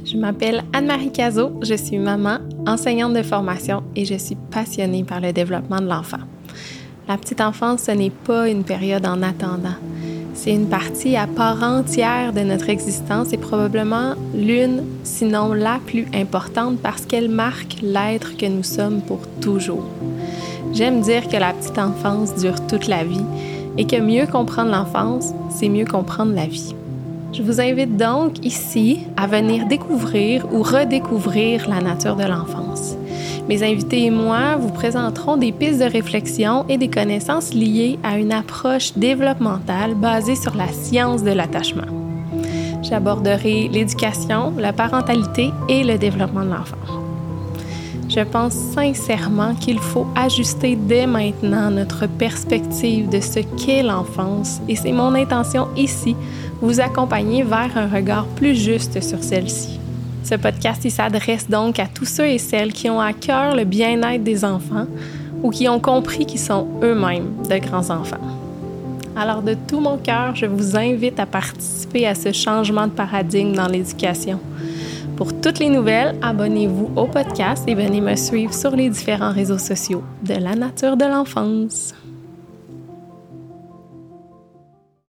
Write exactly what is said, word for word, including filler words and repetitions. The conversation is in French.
Je m'appelle Anne-Marie Cazot, je suis maman, enseignante de formation et je suis passionnée par le développement de l'enfant. La petite enfance, ce n'est pas une période en attendant. C'est une partie à part entière de notre existence et probablement l'une, sinon la plus importante parce qu'elle marque l'être que nous sommes pour toujours. J'aime dire que la petite enfance dure toute la vie et que mieux comprendre l'enfance, c'est mieux comprendre la vie. Je vous invite donc ici à venir découvrir ou redécouvrir la nature de l'enfance. Mes invités et moi vous présenterons des pistes de réflexion et des connaissances liées à une approche développementale basée sur la science de l'attachement. J'aborderai l'éducation, la parentalité et le développement de l'enfant. Je pense sincèrement qu'il faut ajuster dès maintenant notre perspective de ce qu'est l'enfance et c'est mon intention ici vous accompagner vers un regard plus juste sur celle-ci. Ce podcast il s'adresse donc à tous ceux et celles qui ont à cœur le bien-être des enfants ou qui ont compris qu'ils sont eux-mêmes de grands enfants. Alors de tout mon cœur, je vous invite à participer à ce changement de paradigme dans l'éducation. Pour toutes les nouvelles, abonnez-vous au podcast et venez me suivre sur les différents réseaux sociaux de la nature de l'enfance.